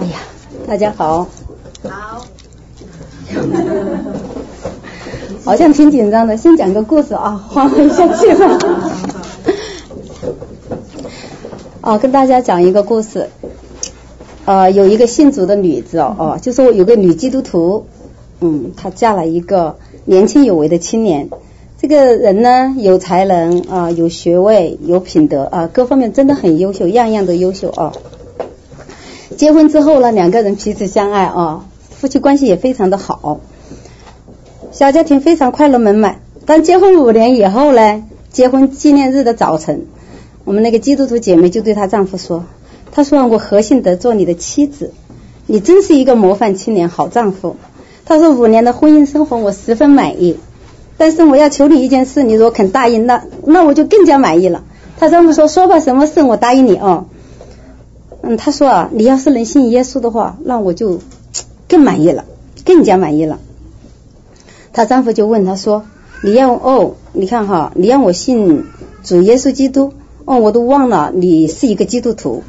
呀，大家好。 好。 好像挺紧张的，先讲个故事啊，缓和一下气氛。跟大家讲一个故事。有一个信主的女子就说有个女基督徒，她嫁了一个年轻有为的青年。这个人呢，有才能有学位，有品德各方面真的很优秀，样样都优秀结婚之后呢，两个人彼此相爱夫妻关系也非常的好，小家庭非常快乐美满。但结婚5年以后呢，结婚纪念日的早晨，我们那个基督徒姐妹就对她丈夫说，她说我何幸得做你的妻子，你真是一个模范青年好丈夫。她说5年的婚姻生活我十分满意，但是我要求你一件事，你如果肯答应，那我就更加满意了。她丈夫说吧，什么事我答应你她说你要是能信耶稣的话，那我就更满意了，更加满意了。她丈夫就问她说，你看你让我信主耶稣基督我都忘了你是一个基督徒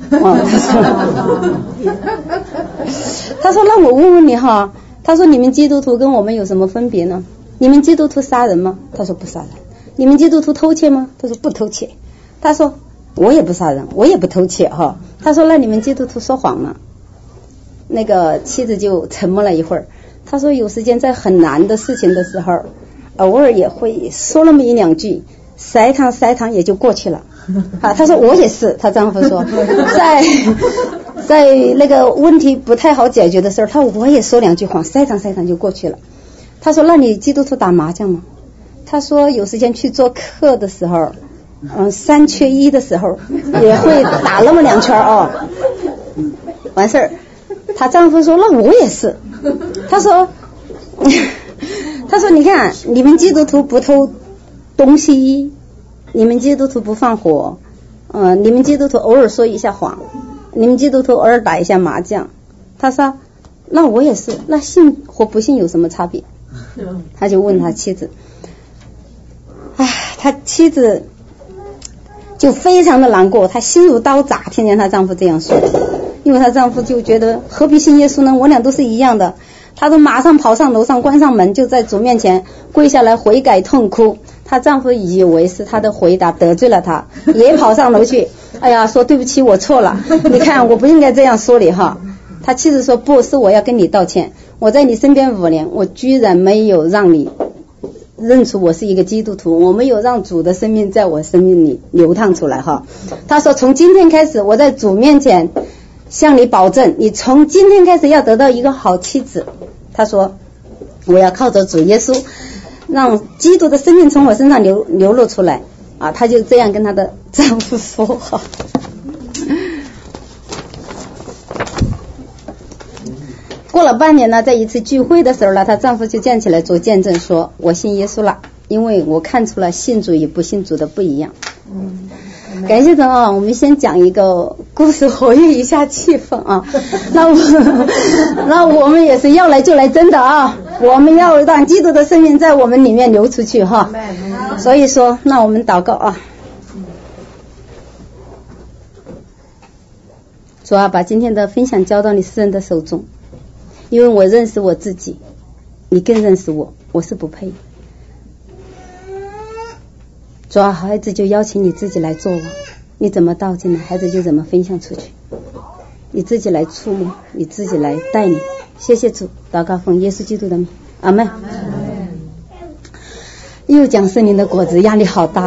她说那我问问你她说你们基督徒跟我们有什么分别呢？你们基督徒杀人吗？她说不杀人。你们基督徒偷窃吗？她说不偷窃。她说我也不杀人，我也不偷窃她说那你们基督徒说谎吗？那个妻子就沉默了一会儿。她说有时间在很难的事情的时候，偶尔也会说那么1、2句，塞糖也就过去了她说我也是。她丈夫说在那个问题不太好解决的时候，她说我也说2句谎，塞糖就过去了。她说那你基督徒打麻将吗？她说有时间去做客的时候3缺1的时候也会打那么2圈完事儿。她丈夫说那我也是。她说你看你们基督徒不偷东西，你们基督徒不放火你们基督徒偶尔说一下谎，你们基督徒偶尔打一下麻将。她说那我也是，那信和不信有什么差别？他就问他妻子，他妻子就非常的难过，她心如刀扎，听见她丈夫这样说，因为她丈夫就觉得何必信耶稣呢？我俩都是一样的。她都马上跑上楼上，关上门，就在主面前跪下来悔改痛哭。她丈夫以为是她的回答得罪了她，也跑上楼去说对不起，我错了，你看我不应该这样说你他妻子说不是，我要跟你道歉，我在你身边5年，我居然没有让你认出我是一个基督徒，我没有让主的生命在我生命里流淌出来他说从今天开始，我在主面前向你保证，你从今天开始要得到一个好妻子。他说我要靠着主耶稣，让基督的生命从我身上流露出来他就这样跟他的丈夫说过了半年呢，在一次聚会的时候呢，她丈夫就站起来做见证说，我信耶稣了，因为我看出了信主与不信主的不一样。感谢主我们先讲一个故事活跃一下气氛那我们也是要来就来，真的我们要让基督的生命在我们里面流出去所以说那我们祷告主把今天的分享交到你世人的手中，因为我认识我自己，你更认识我，我是不配。主孩子就邀请你自己来做王，你怎么倒进来，孩子就怎么分享出去，你自己来触摸，你自己来带领。谢谢主，祷告奉耶稣基督的名，阿们。又讲圣灵的果子，压力好大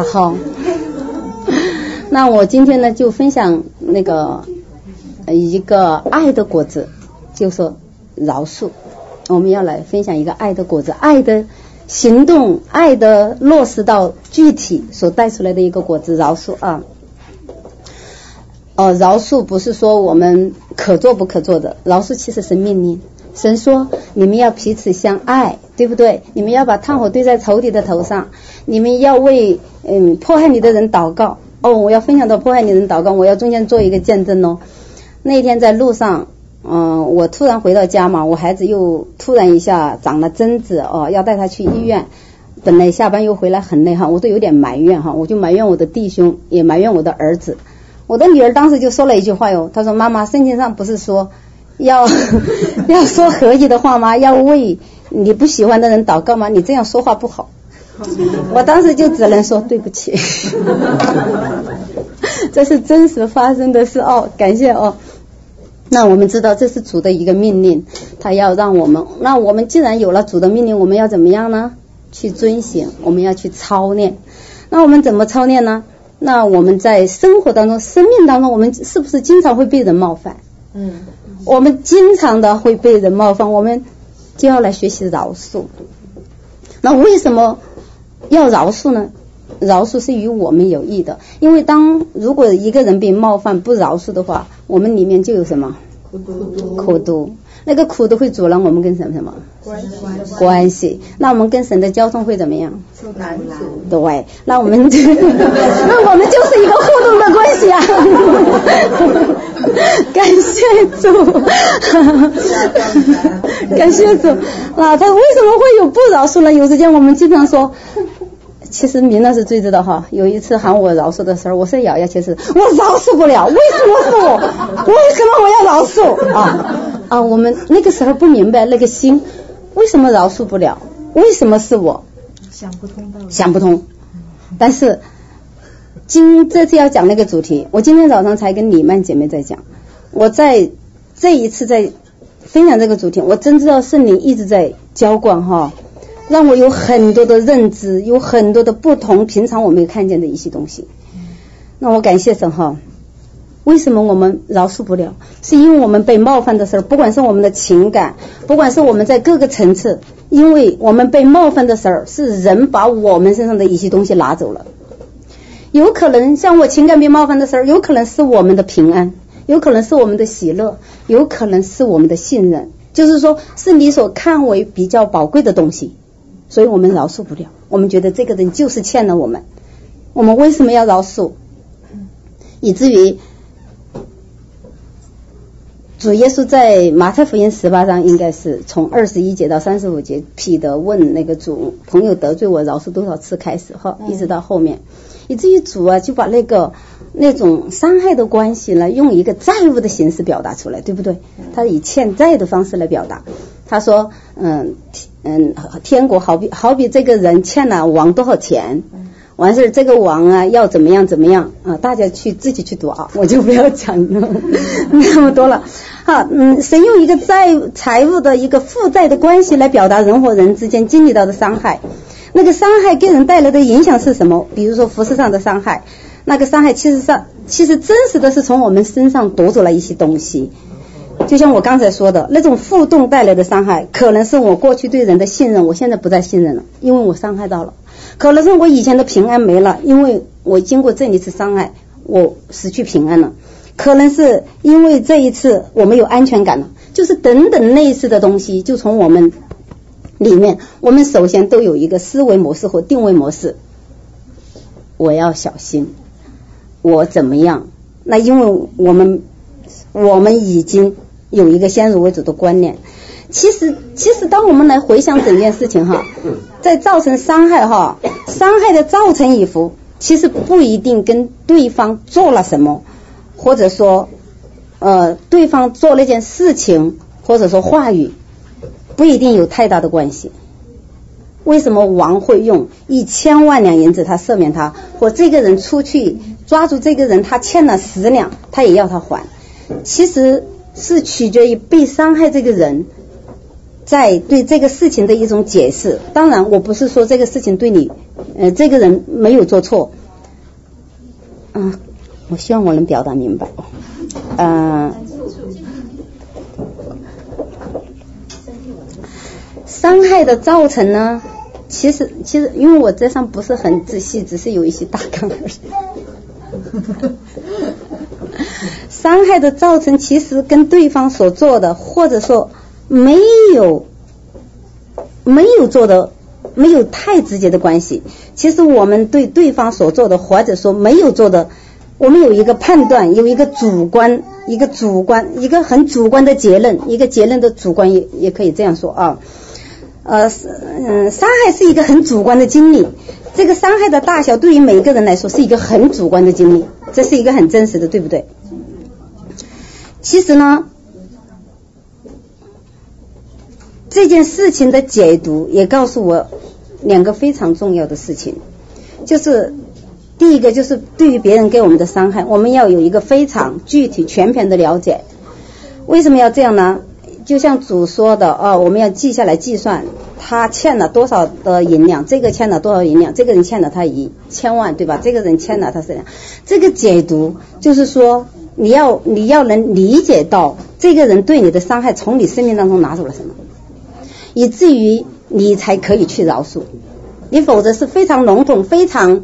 那我今天呢就分享那个一个爱的果子，就说饶恕。我们要来分享一个爱的果子，爱的行动，爱的落实到具体所带出来的一个果子，饶恕饶恕不是说我们可做不可做的，饶恕其实是命令。神说你们要彼此相爱，对不对？你们要把炭火堆在仇敌的头上，你们要为迫害你的人祷告。我要分享到迫害你的人祷告，我要中间做一个见证那天在路上我突然回到家嘛，我孩子又突然一下长了针子要带他去医院，本来下班又回来很累我都有点埋怨我就埋怨我的弟兄，也埋怨我的儿子。我的女儿当时就说了一句话她说妈妈，圣经上不是说要说合意的话吗？要为你不喜欢的人祷告吗？你这样说话不好。我当时就只能说对不起。这是真实发生的事哦，感谢哦。那我们知道这是主的一个命令，他要让我们，那我们既然有了主的命令，我们要怎么样呢？去遵行，我们要去操练。那我们怎么操练呢？那我们在生活当中、生命当中，我们是不是经常会被人冒犯？我们经常的会被人冒犯，我们就要来学习饶恕。那为什么要饶恕呢？饶恕是与我们有益的，因为如果一个人被冒犯不饶恕的话，我们里面就有什么苦毒，那个苦毒会阻拦我们跟什么关系，那我们跟神的交通会怎么样？对，那我们就是一个互动的关系啊。感谢主，感谢主。那他为什么会有不饶恕呢？有时间我们经常说，其实明娜是最知道哈。有一次喊我饶恕的时候，我说瑶瑶，其实我饶恕不了，为什么是我？为什么我要饶恕？我们那个时候不明白那个心为什么饶恕不了，为什么是我？想不通。但是这次要讲那个主题，我今天早上才跟李曼姐妹在讲，我在这一次在分享这个主题，我真知道圣灵一直在浇灌哈，让我有很多的认知，有很多的不同平常我没有看见的一些东西。那我感谢神哈。为什么我们饶恕不了？是因为我们被冒犯的时候，不管是我们的情感，不管是我们在各个层次，因为我们被冒犯的时候，是人把我们身上的一些东西拿走了。有可能像我情感被冒犯的时候，有可能是我们的平安，有可能是我们的喜乐，有可能是我们的信任，就是说是你所看为比较宝贵的东西，所以我们饶恕不了。我们觉得这个人就是欠了我们，我们为什么要饶恕？以至于主耶稣在马太福音18章应该是从21节到35节，彼得问那个主，朋友得罪我饶恕多少次开始哈，一直到后面，以至于主就把那种伤害的关系呢，用一个债务的形式表达出来，对不对？他以欠债的方式来表达。他说天国好比这个人欠了王多少钱，完事这个王要怎么样大家自己去读我就不要讲了那么多了。神用一个财务的一个负债的关系来表达人和人之间经历到的伤害。那个伤害给人带来的影响是什么？比如说服饰上的伤害，那个伤害其实真实的是从我们身上夺走了一些东西。就像我刚才说的，那种负动带来的伤害，可能是我过去对人的信任，我现在不再信任了，因为我伤害到了；可能是我以前的平安没了，因为我经过这一次伤害，我失去平安了；可能是因为这一次我没有安全感了，就是等等类似的东西，就从我们里面，我们首先都有一个思维模式和定位模式，我要小心，我怎么样？那因为我们已经有一个先入为主的观念。其实当我们来回想整件事情在造成伤害伤害的造成以后，其实不一定跟对方做了什么，或者说对方做了件事情，或者说话语，不一定有太大的关系。为什么王会用1000万两银子他赦免他，或这个人出去抓住这个人他欠了10两他也要他还？其实是取决于被伤害这个人在对这个事情的一种解释。当然我不是说这个事情对你这个人没有做错，我希望我能表达明白。伤害的造成呢，其实因为我这上不是很仔细，只是有一些大纲而已。伤害的造成其实跟对方所做的，或者说没有做的没有太直接的关系。其实我们对对方所做的，或者说没有做的，我们有一个判断，有一个主观，一个很主观的结论，一个结论的主观也可以这样说伤害是一个很主观的经历，这个伤害的大小对于每一个人来说是一个很主观的经历，这是一个很真实的，对不对？其实呢， 这件事情的解读也告诉我2个非常重要的事情，就是第一个就是对于别人给我们的伤害，我们要有一个非常具体全盘的了解。为什么要这样呢？就像主说的我们要记下来计算他欠了多少的银两，这个欠了多少银两，这个人欠了他1000万，对吧？这个人欠了他是这个解读就是说你要能理解到这个人对你的伤害从你生命当中拿走了什么，以至于你才可以去饶恕。你否则是非常笼统，非常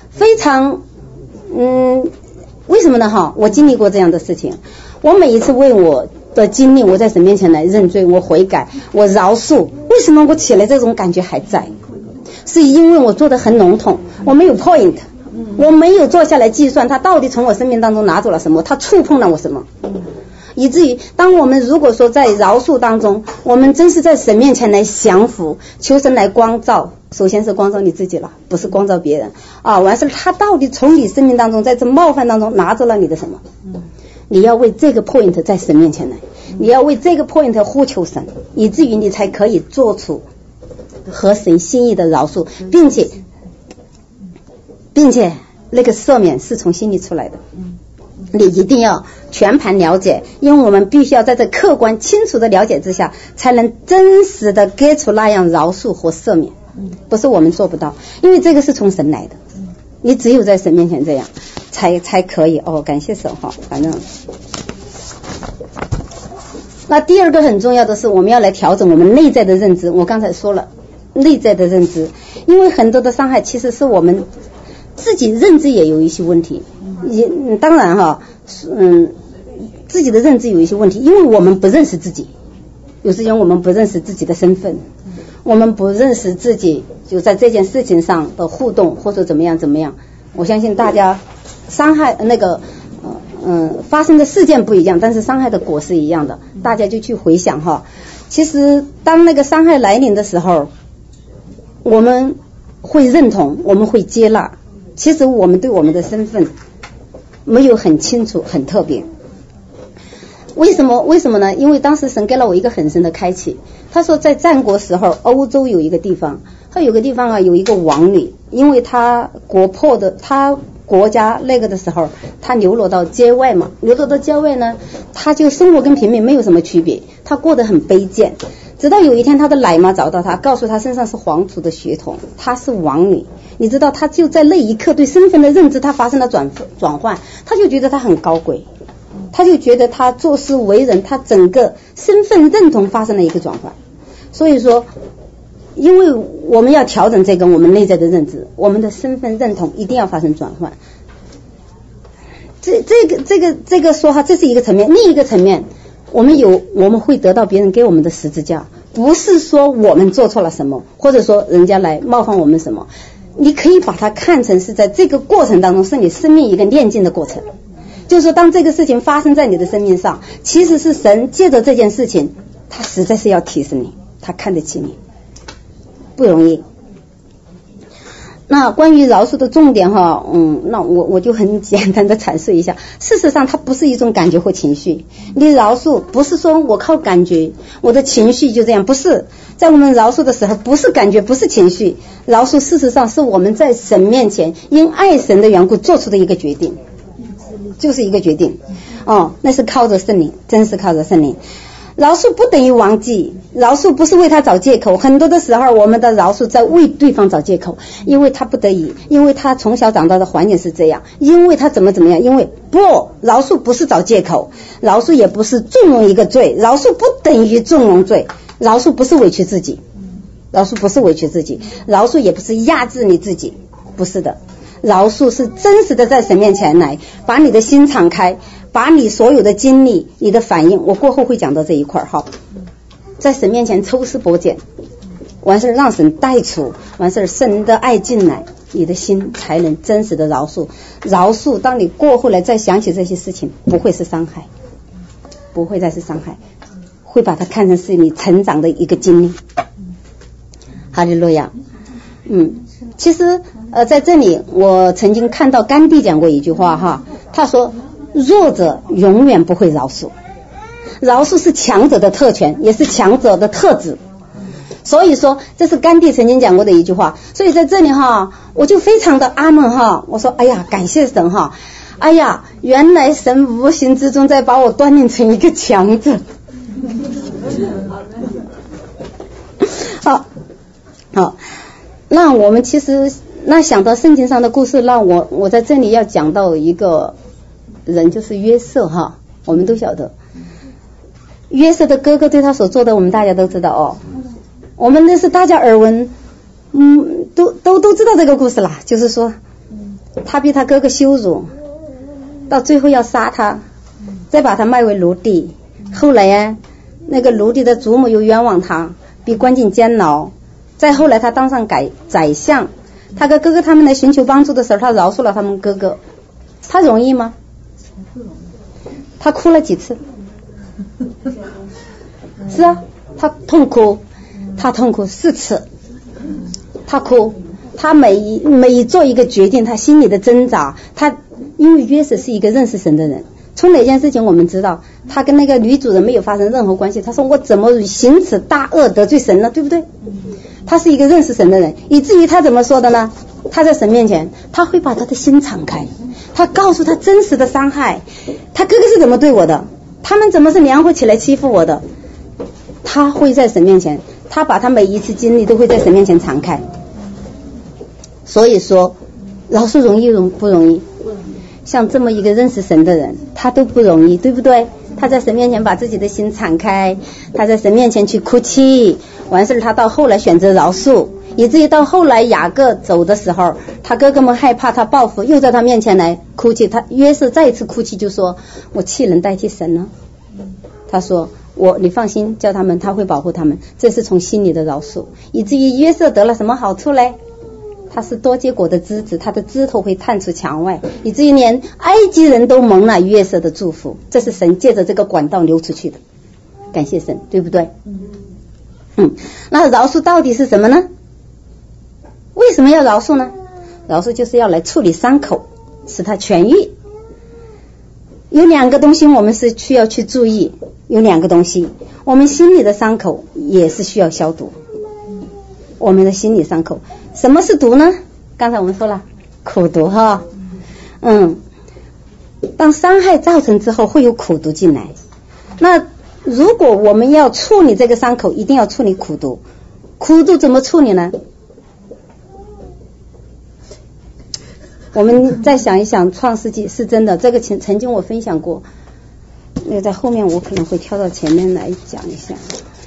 为什么呢？我经历过这样的事情，我每一次为我的经历，我在神面前来认罪，我悔改，我饶恕，为什么我起来这种感觉还在？是因为我做得很笼统，我没有 point， 我没有坐下来计算他到底从我生命当中拿走了什么，他触碰了我什么，以至于当我们如果说在饶恕当中，我们真是在神面前来降服，求神来光照，首先是光照你自己了，不是光照别人完事他到底从你生命当中在这冒犯当中拿走了你的什么，你要为这个 point 在神面前来，你要为这个 point 呼求神，以至于你才可以做出合神心意的饶恕，并且那个赦免是从心里出来的。你一定要全盘了解，因为我们必须要在这客观清楚的了解之下，才能真实的给出那样饶恕和赦免，不是我们做不到，因为这个是从神来的，你只有在神面前这样才可以感谢神反正那第二个很重要的是，我们要来调整我们内在的认知。我刚才说了内在的认知，因为很多的伤害其实是我们自己认知也有一些问题，当然自己的认知有一些问题，因为我们不认识自己，有时间我们不认识自己的身份，我们不认识自己就在这件事情上的互动或者怎么样。我相信大家伤害发生的事件不一样，但是伤害的果是一样的，大家就去回想其实当那个伤害来临的时候，我们会认同，我们会接纳，其实我们对我们的身份没有很清楚很特别。为什么呢？因为当时神给了我一个很深的开启，他说在战国时候欧洲有一个地方，他有个地方有一个王女，因为他国家那个的时候他流落到街外嘛，呢他就生活跟平民没有什么区别，他过得很卑贱，直到有一天他的奶妈找到他，告诉他身上是皇族的血统，他是王女，你知道他就在那一刻对身份的认知他发生了转换，他就觉得他很高贵，他就觉得他做事为人，他整个身份认同发生了一个转换。所以说因为我们要调整这个我们内在的认知，我们的身份认同一定要发生转换。这个说这是一个层面，另一个层面我们会得到别人给我们的十字架，不是说我们做错了什么，或者说人家来冒犯我们什么，你可以把它看成是在这个过程当中是你生命一个炼净的过程，就是说当这个事情发生在你的生命上，其实是神借着这件事情他实在是要提升你，他看得起你，不容易。那关于饶恕的重点那我就很简单的阐述一下。事实上它不是一种感觉或情绪，你饶恕不是说我靠感觉我的情绪就这样，不是，在我们饶恕的时候不是感觉不是情绪，饶恕事实上是我们在神面前因爱神的缘故做出的一个决定，就是一个决定那是靠着圣灵，真是靠着圣灵。饶恕不等于忘记，饶恕不是为他找借口，很多的时候我们的饶恕在为对方找借口，因为他不得已，因为他从小长大的环境是这样，因为他怎么样，因为饶恕不是找借口，饶恕也不是纵容一个罪，饶恕不等于纵容罪，饶恕不是委屈自己，饶恕也不是压制你自己，不是的，饶恕是真实的在神面前来把你的心敞开，把你所有的经历你的反应，我过后会讲到这一块在神面前抽丝剥茧，完事让神带出，完事神的爱进来，你的心才能真实的饶恕。当你过后来再想起这些事情，不会是伤害，不会再是伤害，会把它看成是你成长的一个经历。哈利路亚。其实在这里我曾经看到甘地讲过一句话他说弱者永远不会饶恕，饶恕是强者的特权，也是强者的特质， 所以说这是甘地曾经讲过的一句话。所以在这里哈，我就非常的阿门哈，我说哎呀感谢神哈，哎呀原来神无形之中在把我锻炼成一个强者。好，那我们其实那想到圣经上的故事，那我在这里要讲到一个人，就是约瑟哈。我们都晓得约瑟的哥哥对他所做的，我们大家都知道哦。我们那是大家耳闻，都知道这个故事啦。就是说他被他哥哥羞辱，到最后要杀他，再把他卖为奴隶。后来呀，那个奴隶的祖母又冤枉他，被关进监牢。再后来他当上宰相，他跟哥哥他们来寻求帮助的时候，他饶恕了他们哥哥。他容易吗？他哭了几次？是啊，他痛哭4次。他哭，他每做一个决定，他心里的挣扎。他因为约瑟是一个认识神的人，从哪件事情我们知道，他跟那个女主人没有发生任何关系。他说我怎么行此大恶得罪神呢？对不对？他是一个认识神的人，以至于他怎么说的呢？他在神面前，他会把他的心敞开，他告诉他真实的伤害，他哥哥是怎么对我的，他们怎么是联合起来欺负我的。他会在神面前，他把他每一次经历都会在神面前敞开。所以说饶恕容易不容易？像这么一个认识神的人，他都不容易，对不对？他在神面前把自己的心敞开，他在神面前去哭泣，完事他到后来选择饶恕，以至于到后来雅各走的时候，他哥哥们害怕他报复，又在他面前来哭泣。他约瑟再一次哭泣，就说我岂能代替神呢？他说你放心，叫他们，他会保护他们。这是从心里的饶恕，以至于约瑟得了什么好处嘞？他是多结果的枝子，他的枝头会探出墙外，以至于连埃及人都蒙了约瑟的祝福。这是神借着这个管道流出去的，感谢神，对不对？那饶恕到底是什么呢？为什么要饶恕呢？饶恕就是要来处理伤口，使它痊愈。有2个东西我们是需要去注意，有2个东西，我们心里的伤口也是需要消毒。我们的心理伤口，什么是毒呢？刚才我们说了，苦毒哈。当伤害造成之后，会有苦毒进来。那如果我们要处理这个伤口，一定要处理苦毒。苦毒怎么处理呢？我们再想一想，创世纪是真的，这个曾经我分享过，那个在后面我可能会跳到前面来讲一下。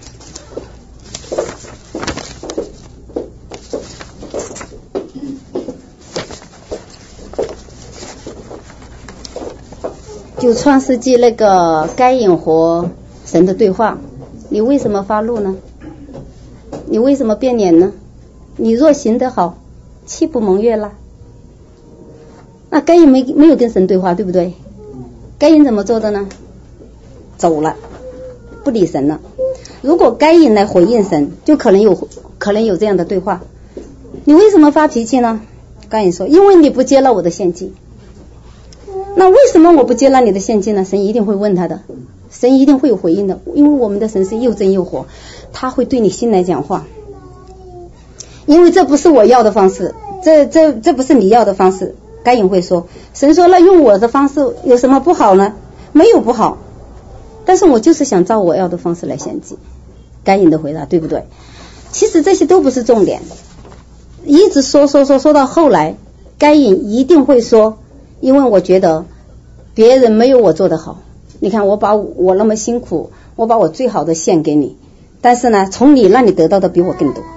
就创世纪那个该隐和神的对话，你为什么发怒呢？你为什么变脸呢？你若行得好，岂不蒙悦了？那该隐没有跟神对话，对不对？该隐怎么做的呢？走了，不理神了。如果该隐来回应神，就可能有这样的对话。你为什么发脾气呢？该隐说，因为你不接纳我的献祭。那为什么我不接纳你的献祭呢？神一定会问他的，神一定会有回应的，因为我们的神是又真又活，他会对你心来讲话。因为这不是我要的方式，这不是你要的方式。该隐会说，神说那用我的方式有什么不好呢？没有不好，但是我就是想照我要的方式来献祭。该隐的回答对不对？其实这些都不是重点，一直说到后来，该隐一定会说，因为我觉得别人没有我做得好，你看我把我那么辛苦，我把我最好的献给你，但是呢从你那里得到的比我更多。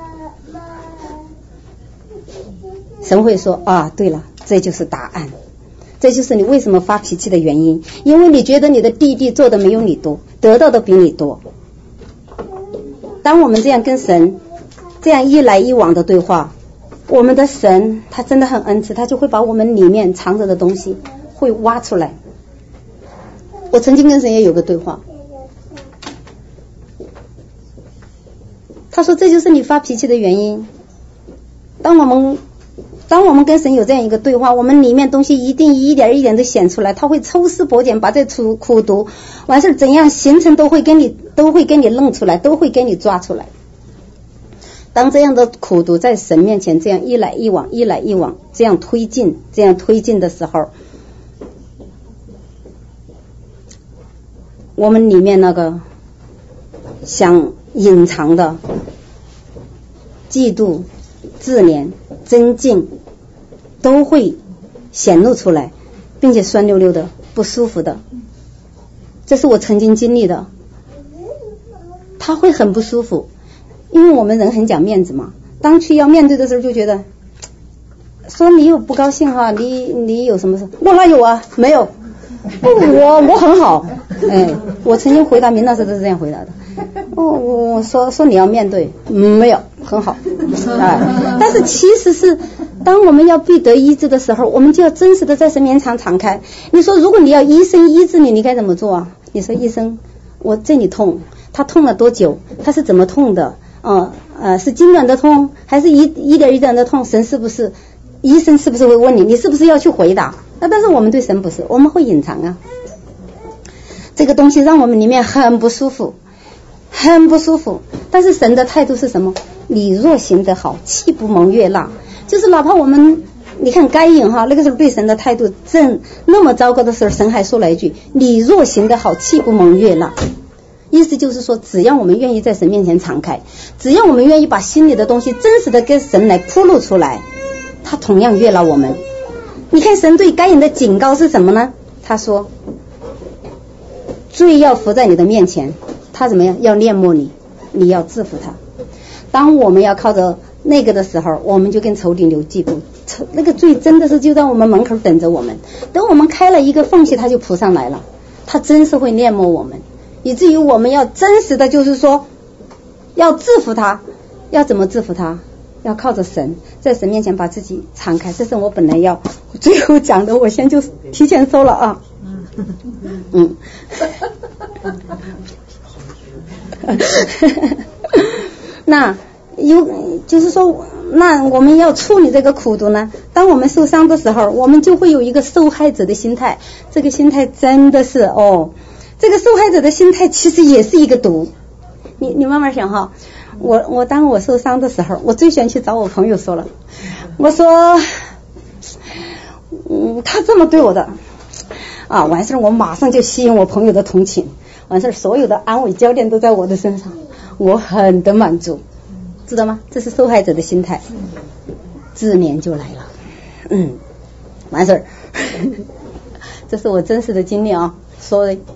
神会说啊，对了，这就是答案，这就是你为什么发脾气的原因，因为你觉得你的弟弟做的没有你多，得到的比你多。当我们这样跟神这样一来一往的对话，我们的神他真的很恩慈，他就会把我们里面藏着的东西会挖出来。我曾经跟神也有个对话，他说这就是你发脾气的原因。当我们跟神有这样一个对话，我们里面东西一定一点一点的显出来，他会抽丝剥茧，把这苦毒完事怎样形成都会给你弄出来，都会给你抓出来。 当这样的苦毒在神面前这样一来一往这样推进的时候，我们里面那个想隐藏的嫉妒、自怜、尊敬都会显露出来，并且酸溜溜的、不舒服的。这是我曾经经历的，他会很不舒服，因为我们人很讲面子嘛，当去要面对的时候就觉得说你有不高兴哈，你有什么事？我哪有啊？没有，我很好。我曾经回答明老师都是这样回答的。我说你要面对，没有，很好。但是其实是当我们要必得医治的时候，我们就要真实的在神面前敞开。你说如果你要医生医治你，你该怎么做啊？你说医生，我这里痛，他痛了多久？他是怎么痛的？是痉挛的痛，还是一点一点的痛？神是不是？医生是不是会问你？你是不是要去回答？但是我们对神不是，我们会隐藏啊。这个东西让我们里面很不舒服，很不舒服。但是神的态度是什么？你若行得好，岂不蒙悦纳？就是哪怕我们，你看该隐哈，那个时候对神的态度正那么糟糕的时候，神还说了一句：你若行得好，岂不蒙悦纳？意思就是说，只要我们愿意在神面前敞开，只要我们愿意把心里的东西真实的跟神来铺露出来，他同样悦纳我们。你看神对该隐的警告是什么呢？他说罪要伏在你的面前，他怎么样？要恋慕你，你要制服他。当我们要靠着那个的时候，我们就跟仇敌留记簿，那个罪真的是就在我们门口等着我们，等我们开了一个缝隙，他就扑上来了，他真是会恋慕我们，以至于我们要真实的就是说要制服他。要怎么制服他？要靠着神，在神面前把自己敞开。这是我本来要最后讲的，我先就提前说了啊。那就是说，那我们要处理这个苦毒呢，当我们受伤的时候，我们就会有一个受害者的心态。这个心态真的是这个受害者的心态其实也是一个毒。你慢慢想哈。我当我受伤的时候，我最喜欢去找我朋友说了，我说他这么对我的啊，完事我马上就吸引我朋友的同情，完事所有的安慰焦点都在我的身上，我很的满足，知道吗？这是受害者的心态，自怜就来了。完事这是我真实的经历啊，说的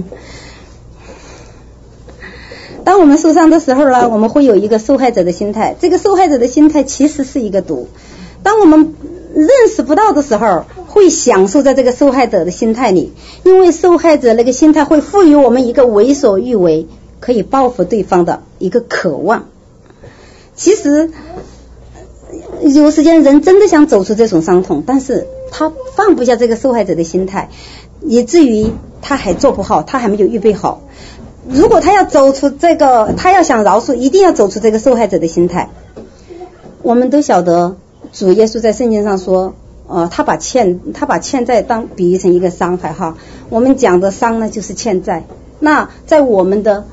当我们受伤的时候呢，我们会有一个受害者的心态，这个受害者的心态其实是一个毒。当我们认识不到的时候，会享受在这个受害者的心态里，因为受害者那个心态会赋予我们一个为所欲为，可以报复对方的一个渴望。其实有时间人真的想走出这种伤痛，但是他放不下这个受害者的心态，以至于他还做不好，他还没有预备好。如果他要走出这个，他要想饶恕，一定要走出这个受害者的心态。我们都晓得主耶稣在圣经上说他把欠债当比喻成一个伤害哈。我们讲的伤呢就是欠债。那在我们的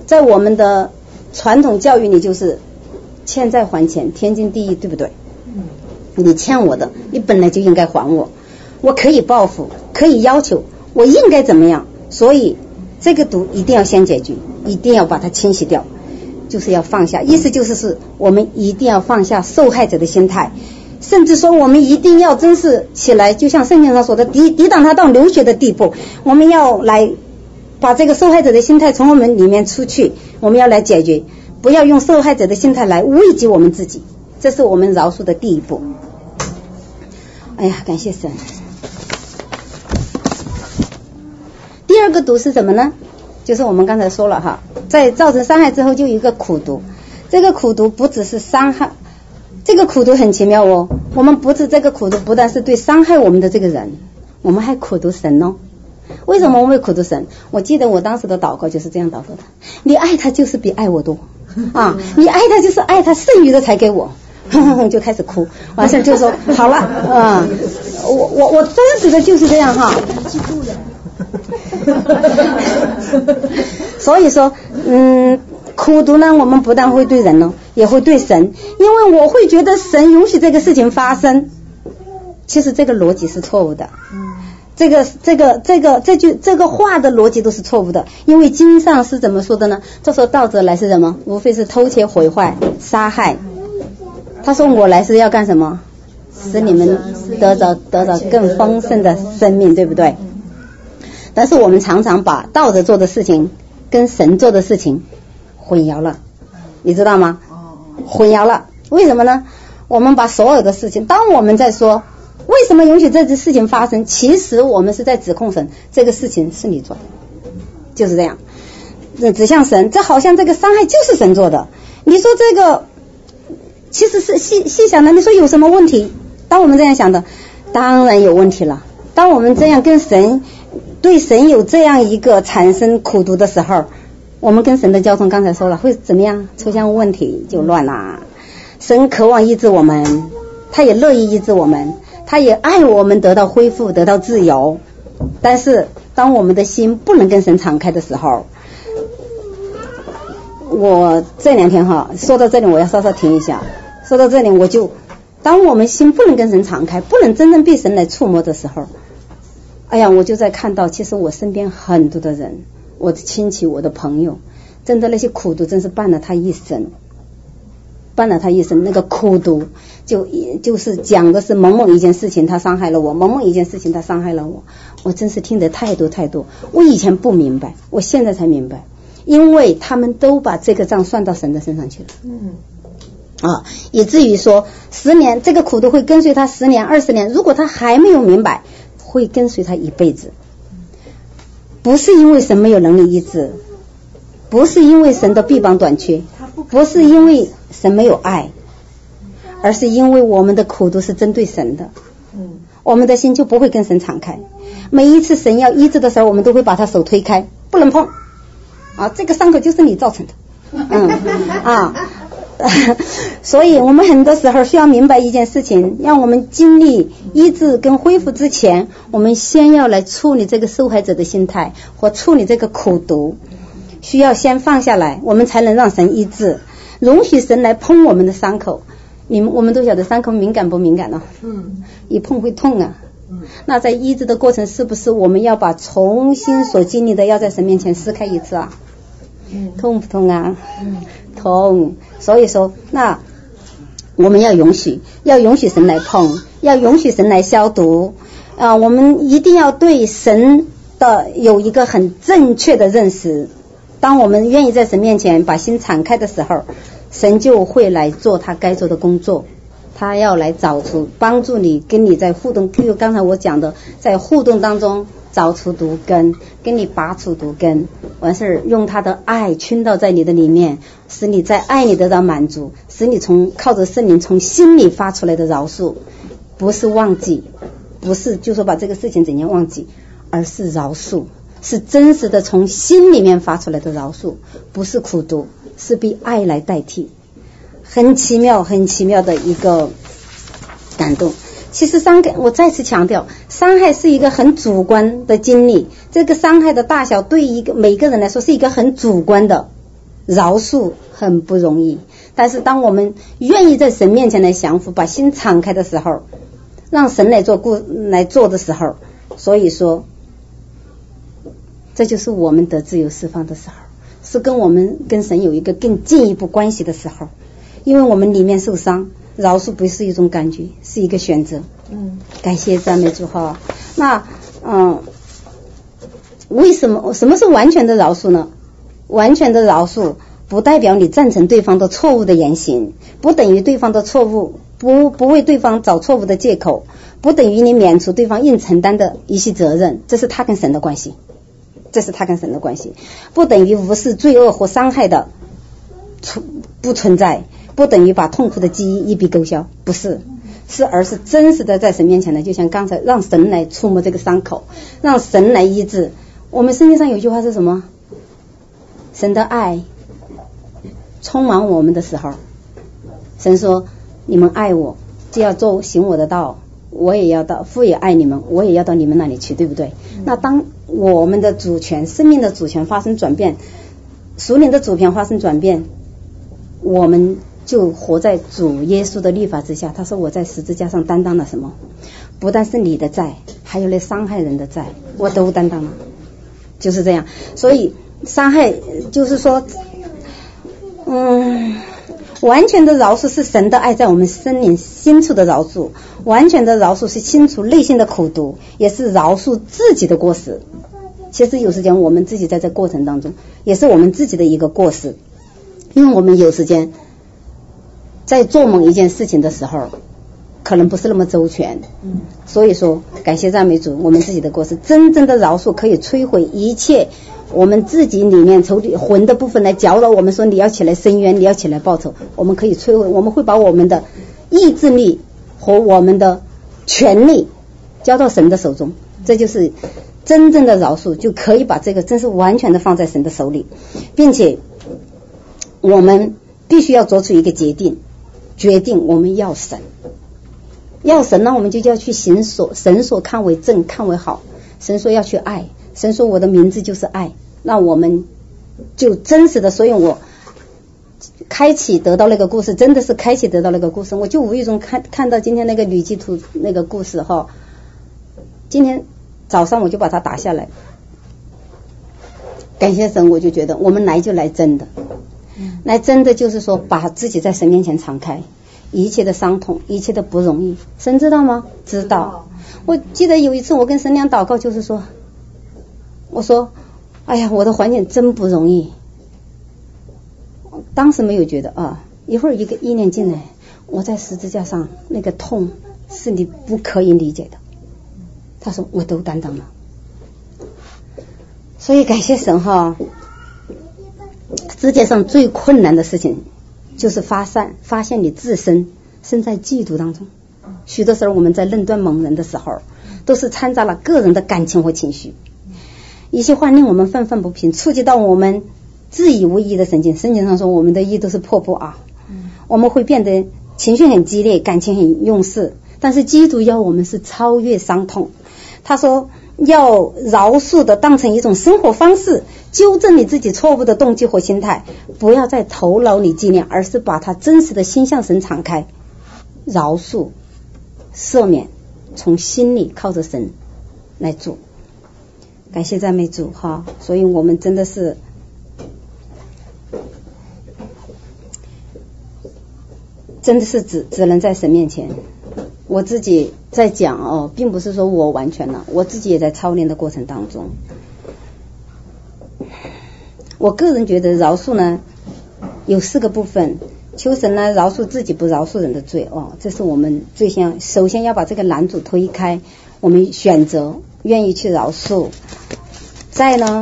传统教育里就是欠债还钱，天经地义，对不对？你欠我的，你本来就应该还我，我可以报复，可以要求，我应该怎么样？所以这个毒一定要先解决，一定要把它清洗掉，就是要放下。意思就是我们一定要放下受害者的心态，甚至说我们一定要真实起来，就像圣经上说的，抵挡他到流血的地步。我们要来把这个受害者的心态从我们里面出去，我们要来解决，不要用受害者的心态来慰藉我们自己，这是我们饶恕的第一步。哎呀，感谢神。第二个毒是什么呢？就是我们刚才说了哈，在造成伤害之后就有一个苦毒。这个苦毒不只是伤害，这个苦毒很奇妙哦。我们不是这个苦毒，不但是对伤害我们的这个人，我们还苦毒神哦。为什么我们会苦毒神？我记得我当时的祷告就是这样祷告的：你爱他就是比爱我多啊，你爱他就是爱他剩余的才给我。就开始哭，完事就说好了我真实的就是这样哈。所以说苦毒呢，我们不但会对人哦， 也会对神，因为我会觉得神允许这个事情发生，其实这个逻辑是错误的。这个话的逻辑都是错误的，因为经上是怎么说的呢？这说盗贼来是什么？无非是偷窃毁坏杀害，他说我来是要干什么？使你们得着更丰盛的生命，对不对？但是我们常常把盗贼做的事情跟神做的事情混淆了，你知道吗？混淆了。为什么呢？我们把所有的事情，当我们在说为什么允许这件事情发生，其实我们是在指控神，这个事情是你做的，就是这样，指向神，这好像这个伤害就是神做的。你说这个其实是细想的，你说有什么问题？当我们这样想的，当然有问题了。当我们这样跟神，对神有这样一个产生苦毒的时候，我们跟神的交通刚才说了会怎么样？出现问题就乱啦。神渴望医治我们，他也乐意医治我们，他也爱我们得到恢复，得到自由。但是当我们的心不能跟神敞开的时候，我这两天说到这里我要稍稍停一下。说到这里当我们心不能跟神敞开，不能真正被神来触摸的时候，哎呀，我就在看到其实我身边很多的人，我的亲戚，我的朋友，真的那些苦毒真是伴了他一生，那个苦毒就是讲的是某某一件事情他伤害了我，某某一件事情他伤害了我，我真是听得太多，我以前不明白，我现在才明白，因为他们都把这个账算到神的身上去了。以至于说10年这个苦毒会跟随他10年20年，如果他还没有明白，会跟随他一辈子。不是因为神没有能力医治，不是因为神的臂膀短缺，不是因为神没有爱，而是因为我们的苦毒是针对神的，我们的心就不会跟神敞开。每一次神要医治的时候，我们都会把他手推开，不能碰这个伤口就是你造成的。所以我们很多时候需要明白一件事情，让我们经历医治跟恢复之前，我们先要来处理这个受害者的心态或处理这个苦毒，需要先放下来，我们才能让神医治，容许神来碰我们的伤口。我们都晓得伤口敏感不敏感呢？一碰会痛啊。那在医治的过程，是不是我们要把重新所经历的要在神面前撕开一次啊？痛不痛啊？痛。所以说那我们要允许神来碰，要允许神来消毒我们一定要对神的有一个很正确的认识。当我们愿意在神面前把心敞开的时候，神就会来做他该做的工作，他要来找出帮助你，跟你在互动，譬如刚才我讲的，在互动当中找出毒根，跟你拔出毒根，完事用他的爱倾倒在你的里面，使你在爱里得到满足，使你靠着圣灵从心里发出来的饶恕，不是忘记，不是就说把这个事情怎样忘记，而是饶恕，是真实的从心里面发出来的饶恕，不是苦毒，是被爱来代替。很奇妙的一个感动。其实我再次强调，伤害是一个很主观的经历，这个伤害的大小对每个人来说是一个很主观的，饶恕很不容易。但是当我们愿意在神面前来降服，把心敞开的时候，让神来做的时候，所以说这就是我们得自由释放的时候，是我们跟神有一个更进一步关系的时候。因为我们里面受伤，饶恕不是一种感觉，是一个选择。感谢赞美主哈。那什么是完全的饶恕呢？完全的饶恕不代表你赞成对方的错误的言行，不等于对方的错误，不为对方找错误的借口，不等于你免除对方应承担的一些责任，这是他跟神的关系，不等于无视罪恶或伤害的不存在，不等于把痛苦的记忆一笔勾销，不是，而是真实的在神面前的，就像刚才让神来触摸这个伤口，让神来医治。我们圣经上有句话是什么？神的爱充满我们的时候，神说你们爱我，就要行我的道，我也要到，父也爱你们，我也要到你们那里去，对不对？那当我们的主权，生命的主权发生转变，属灵的主权发生转变，我们就活在主耶稣的律法之下。他说我在十字架上担当了什么？不但是你的债，还有那伤害人的债，我都担当了，就是这样。所以伤害就是说完全的饶恕是神的爱在我们生命深处的饶恕，完全的饶恕是清除内心的苦毒，也是饶恕自己的过失。其实有时间我们自己在这过程当中也是我们自己的一个过失，因为我们有时间在做某一件事情的时候可能不是那么周全，所以说感谢赞美主，我们自己的过失，真正的饶恕可以摧毁一切我们自己里面从魂的部分来搅扰我们，说你要起来伸冤，你要起来报仇，我们可以摧毁，我们会把我们的意志力和我们的权力交到神的手中，这就是真正的饶恕，就可以把这个真是完全的放在神的手里，并且我们必须要做出一个决定我们要神，那我们就要去行神所看为正看为好，神说要去爱，神说我的名字就是爱，那我们就真实的，所以我开启得到那个故事，真的是开启得到那个故事，我就无意中看到今天那个女基督那个故事哈，今天早上我就把它打下来，感谢神，我就觉得我们来就来真的，来真的就是说把自己在神面前敞开，一切的伤痛，一切的不容易，神知道吗？知道。我记得有一次我跟神娘祷告，就是说我说哎呀我的环境真不容易，当时没有觉得一会儿一个意念进来，我在十字架上那个痛是你不可以理解的，他说我都担当了，所以感谢神哈。世界上最困难的事情就是发现你自身身在嫉妒当中，许多时候我们在论断某人的时候都是掺杂了个人的感情和情绪，一些话令我们愤愤不平，触及到我们自以为意的神经上说我们的意都是破布我们会变得情绪很激烈，感情很用事，但是基督要我们是超越伤痛，他说要饶恕的当成一种生活方式，纠正你自己错误的动机和心态，不要在头脑里纪念，而是把它真实的心向神敞开，饶恕赦免从心里靠着神来做。感谢赞美主哈，所以我们真的是只能在神面前。我自己在讲并不是说我完全了，我自己也在操练的过程当中。我个人觉得饶恕呢有4个部分，求神呢饶恕自己不饶恕人的罪这是我们首先要把这个拦阻推开，我们选择愿意去饶恕。再呢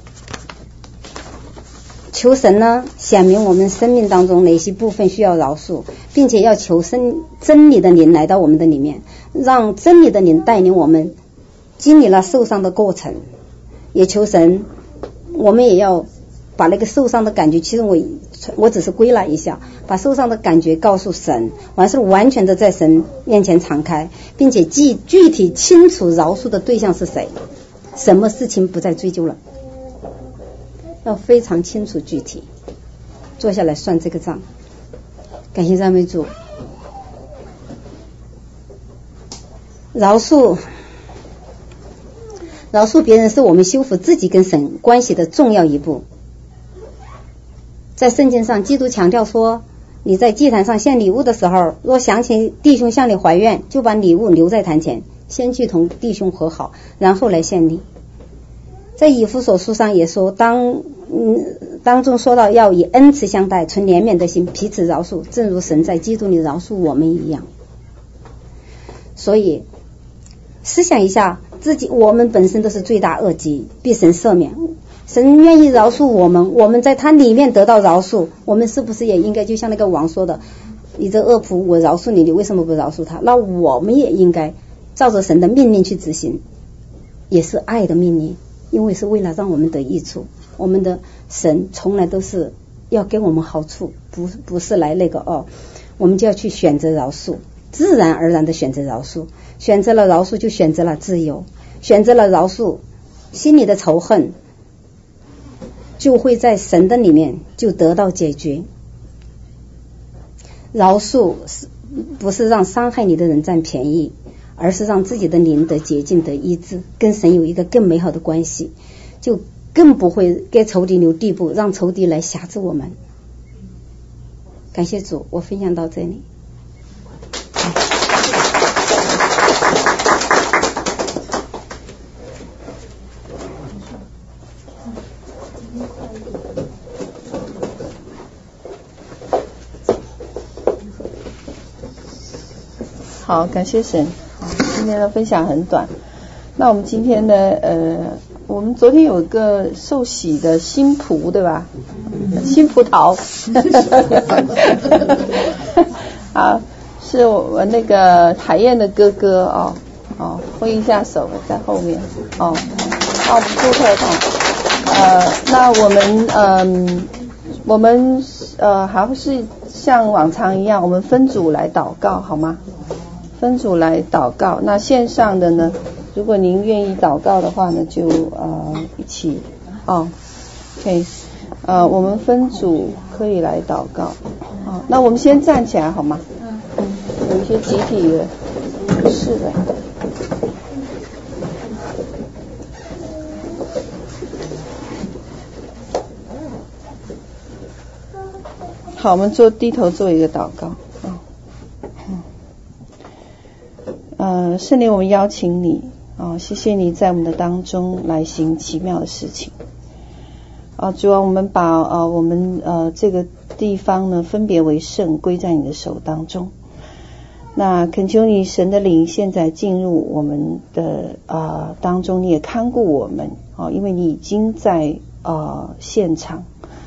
求神呢显明我们生命当中哪些部分需要饶恕，并且要求真理的灵来到我们的里面，让真理的灵带领我们经历了受伤的过程，也求神我们也要把那个受伤的感觉，其实我只是归纳一下，把受伤的感觉告诉神，完事完全的在神面前敞开，并且具体清楚饶恕的对象是谁，什么事情不再追究了，要非常清楚具体，坐下来算这个账。感谢赞美主。饶恕别人是我们修复自己跟神关系的重要一步。在圣经上基督强调说，你在祭坛上献礼物的时候，若想起弟兄向你怀怨，就把礼物留在坛前，先去同弟兄和好，然后来献礼。在以弗所书上也说，当中说到要以恩慈相待，存怜悯的心，彼此饶恕，正如神在基督里饶恕我们一样。所以思想一下自己，我们本身都是罪大恶极，必神赦免，神愿意饶恕我们，我们在他里面得到饶恕，我们是不是也应该就像那个王说的，你这恶仆我饶恕你，你为什么不饶恕他？那我们也应该照着神的命令去执行，也是爱的命令，因为是为了让我们得益处。我们的神从来都是要给我们好处，不是来那个我们就要去选择饶恕，自然而然的选择饶恕，选择了饶恕就选择了自由，选择了饶恕，心里的仇恨就会在神的里面就得到解决。 饶恕不是让伤害你的人占便宜，而是让自己的灵得洁净得医治，跟神有一个更美好的关系，就更不会给仇敌留地步，让仇敌来辖制我们。感谢主，我分享到这里。 好，感谢神。今天的分享很短。那我们今天呢，我们昨天有一个受洗的新葡，对吧？新葡萄。好，是我那个海燕的哥哥挥一下手在后面我们祝贺他。那我们还是像往常一样，我们分组来祷告好吗？分组来祷告。那线上的呢，如果您愿意祷告的话呢，就一起OK， 我们分组可以来祷告。那我们先站起来好吗？有一些集体的是的。好，我们低头做一个祷告。圣灵，我们邀请你谢谢你在我们的当中来行奇妙的事情。主啊，我们把我们这个地方呢分别为圣，归在你的手当中。那恳求你神的灵现在进入我们的当中，你也看顾我们因为你已经在现场。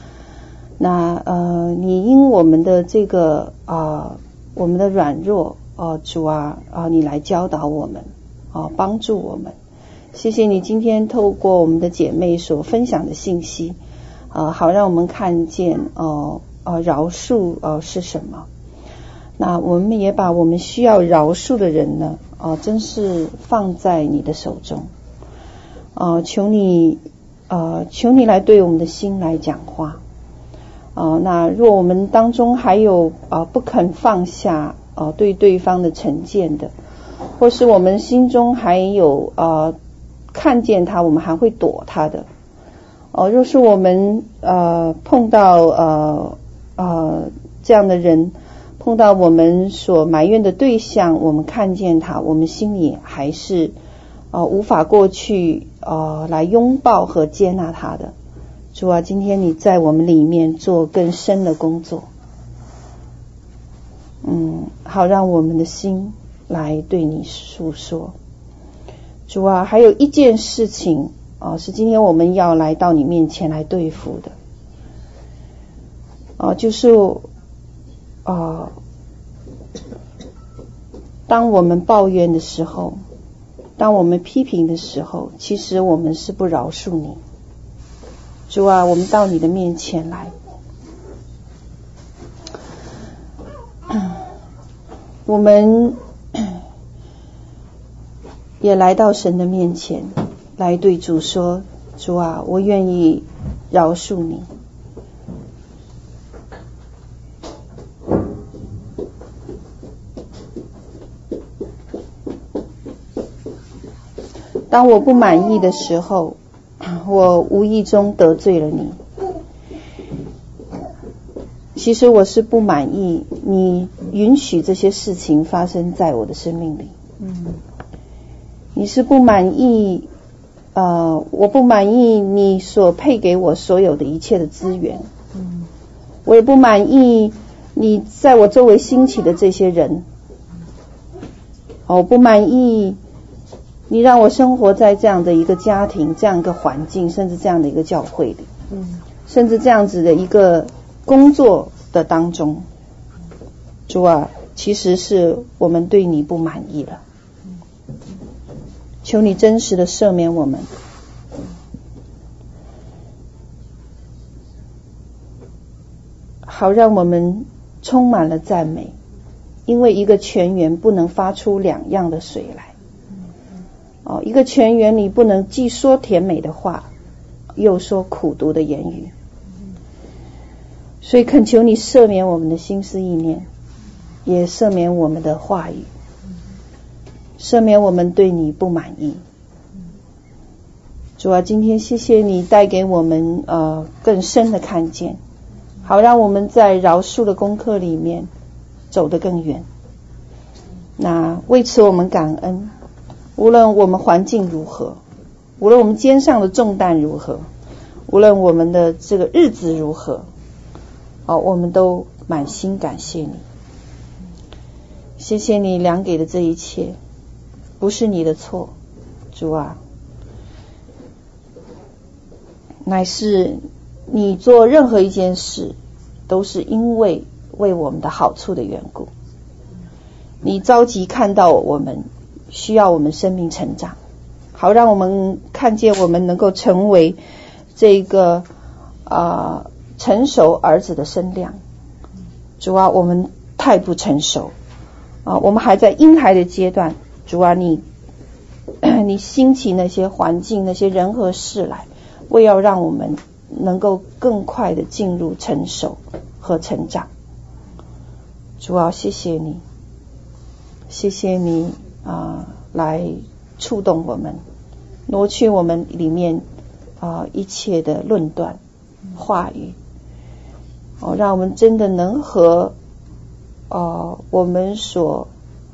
那你因我们的这个我们的软弱主啊你来教导我们帮助我们。谢谢你今天透过我们的姐妹所分享的信息好让我们看见饶恕是什么。那我们也把我们需要饶恕的人呢真是放在你的手中求你来对我们的心来讲话那若我们当中还有不肯放下对对方的成见的，或是我们心中还有看见他我们还会躲他的若是我们碰到这样的人，碰到我们所埋怨的对象，我们看见他我们心里还是无法过去来拥抱和接纳他的，主啊，今天你在我们里面做更深的工作好让我们的心来对你诉说。主啊，还有一件事情是今天我们要来到你面前来对付的就是当我们抱怨的时候，当我们批评的时候，其实我们是不饶恕你。主啊，我们到你的面前来，我们也来到神的面前，来对主说，主啊，我愿意饶恕你。当我不满意的时候，我无意中得罪了你。其实我是不满意你允许这些事情发生在我的生命里。你是不满意我不满意你所配给我所有的一切的资源。我也不满意你在我周围兴起的这些人。我不满意你让我生活在这样的一个家庭，这样一个环境，甚至这样的一个教会里，甚至这样子的一个工作的当中。主啊，其实是我们对你不满意了，求你真实的赦免我们，好让我们充满了赞美，因为一个泉源不能发出两样的水来。一个泉源里不能既说甜美的话，又说苦毒的言语。所以恳求你赦免我们的心思意念， 也赦免我们的话语，赦免我们对你不满意。主啊，今天谢谢你带给我们更深的看见，好让我们在饶恕的功课里面走得更远。那为此我们感恩，无论我们环境如何，无论我们肩上的重担如何，无论我们的这个日子如何，我们都满心感谢你。谢谢你量给的这一切不是你的错，主啊，乃是你做任何一件事都是因为我们的好处的缘故。你着急看到我们需要我们生命成长，好让我们看见我们能够成为这个成熟儿子的身量。主啊，我们太不成熟我们还在婴孩的阶段。主啊，你兴起那些环境那些人和事来，为要让我们能够更快的进入成熟和成长。主啊，谢谢你，谢谢你来触动我们，挪去我们里面一切的论断话语让我们真的能和我们所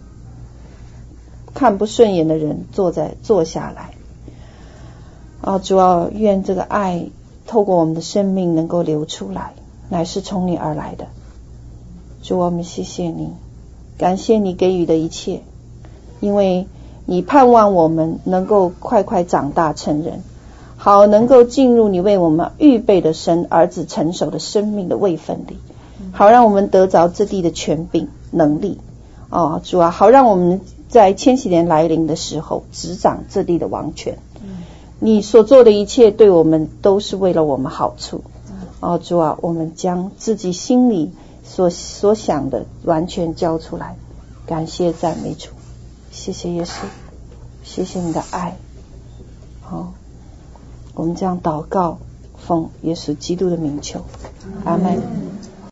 看不顺眼的人坐下来主啊，愿这个爱透过我们的生命能够流出来，乃是从你而来的。主啊，我们谢谢你，感谢你给予的一切，因为你盼望我们能够快快长大成人，好能够进入你为我们预备的生儿子成熟的生命的位分里，好让我们得着这地的权柄能力主啊，好让我们在千禧年来临的时候执掌这地的王权。你所做的一切对我们都是为了我们好处主啊，我们将自己心里所想的完全交出来，感谢赞美主。谢谢耶稣，谢谢你的爱。我们这样祷告，奉耶稣基督的名求，阿们。